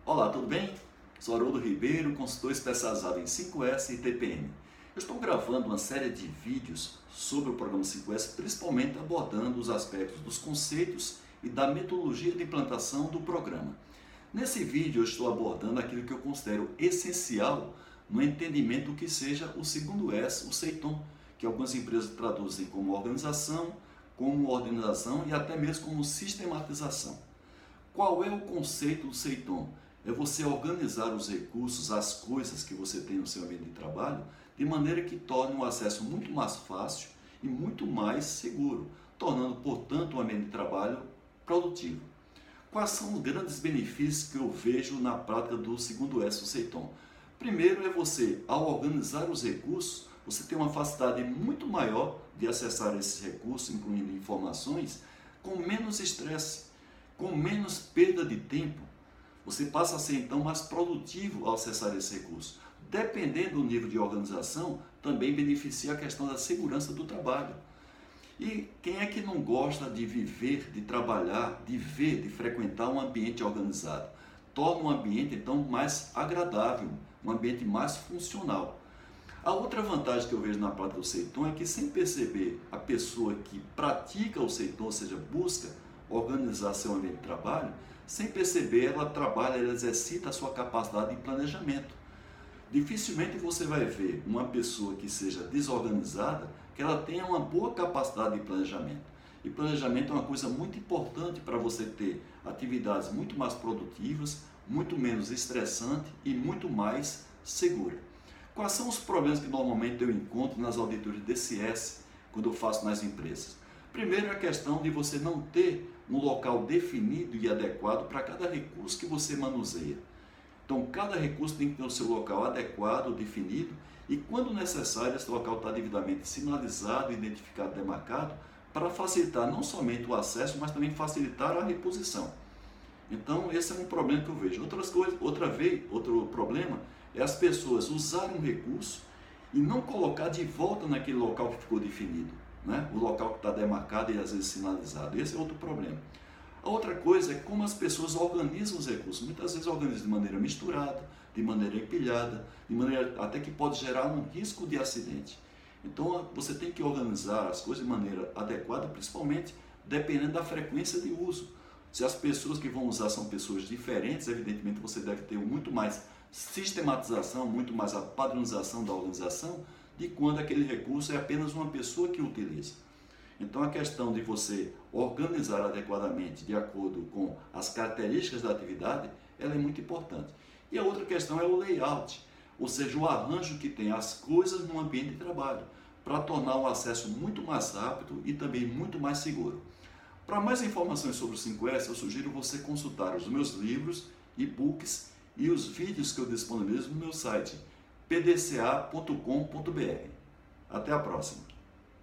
Olá, tudo bem? Sou Haroldo Ribeiro, consultor especializado em 5S e TPM. Eu estou gravando uma série de vídeos sobre o programa 5S, principalmente abordando os aspectos dos conceitos e da metodologia de implantação do programa. Nesse vídeo eu estou abordando aquilo que eu considero essencial no entendimento do que seja o segundo S, o SEITOM, que algumas empresas traduzem como organização, como ordenação e até mesmo como sistematização. Qual é o conceito do SEITOM? É você organizar os recursos, as coisas que você tem no seu ambiente de trabalho, de maneira que torne o acesso muito mais fácil e muito mais seguro, tornando, portanto, o ambiente de trabalho produtivo. Quais são os grandes benefícios que eu vejo na prática do segundo S, o SEITOM? Primeiro é você, ao organizar os recursos, você tem uma facilidade muito maior de acessar esses recursos, incluindo informações, com menos estresse, com menos perda de tempo. Você passa a ser então mais produtivo ao acessar esse recurso. Dependendo do nível de organização, também beneficia a questão da segurança do trabalho. E quem é que não gosta de viver, de trabalhar, de ver, de frequentar um ambiente organizado? Torna um ambiente então mais agradável, um ambiente mais funcional. A outra vantagem que eu vejo na prática do SEITOM é que, sem perceber, a pessoa que pratica o SEITOM, ou seja, busca organizar seu ambiente de trabalho, sem perceber, ela trabalha, ela exercita a sua capacidade de planejamento. Dificilmente você vai ver uma pessoa que seja desorganizada, que ela tenha uma boa capacidade de planejamento. E planejamento é uma coisa muito importante para você ter atividades muito mais produtivas, muito menos estressante e muito mais segura. Quais são os problemas que normalmente eu encontro nas auditorias DCS quando eu faço nas empresas? Primeiro é a questão de você não ter um local definido e adequado para cada recurso que você manuseia. Então, cada recurso tem que ter o seu local adequado, definido, e quando necessário, esse local está devidamente sinalizado, identificado, demarcado, para facilitar não somente o acesso, mas também facilitar a reposição. Então, esse é um problema que eu vejo. Outro problema é as pessoas usarem um recurso e não colocar de volta naquele local que ficou definido, né? O local que está demarcado e às vezes sinalizado. Esse é outro problema. A outra coisa é como as pessoas organizam os recursos. Muitas vezes organizam de maneira misturada, de maneira empilhada, de maneira até que pode gerar um risco de acidente. Então você tem que organizar as coisas de maneira adequada, principalmente dependendo da frequência de uso. Se as pessoas que vão usar são pessoas diferentes, evidentemente você deve ter muito mais sistematização, muito mais a padronização da organização, de quando aquele recurso é apenas uma pessoa que o utiliza. Então a questão de você organizar adequadamente de acordo com as características da atividade, ela é muito importante. E a outra questão é o layout, ou seja, o arranjo que tem as coisas no ambiente de trabalho, para tornar o acesso muito mais rápido e também muito mais seguro. Para mais informações sobre o 5S, eu sugiro você consultar os meus livros, e-books e os vídeos que eu disponibilizo no meu site pdca.com.br. Até a próxima!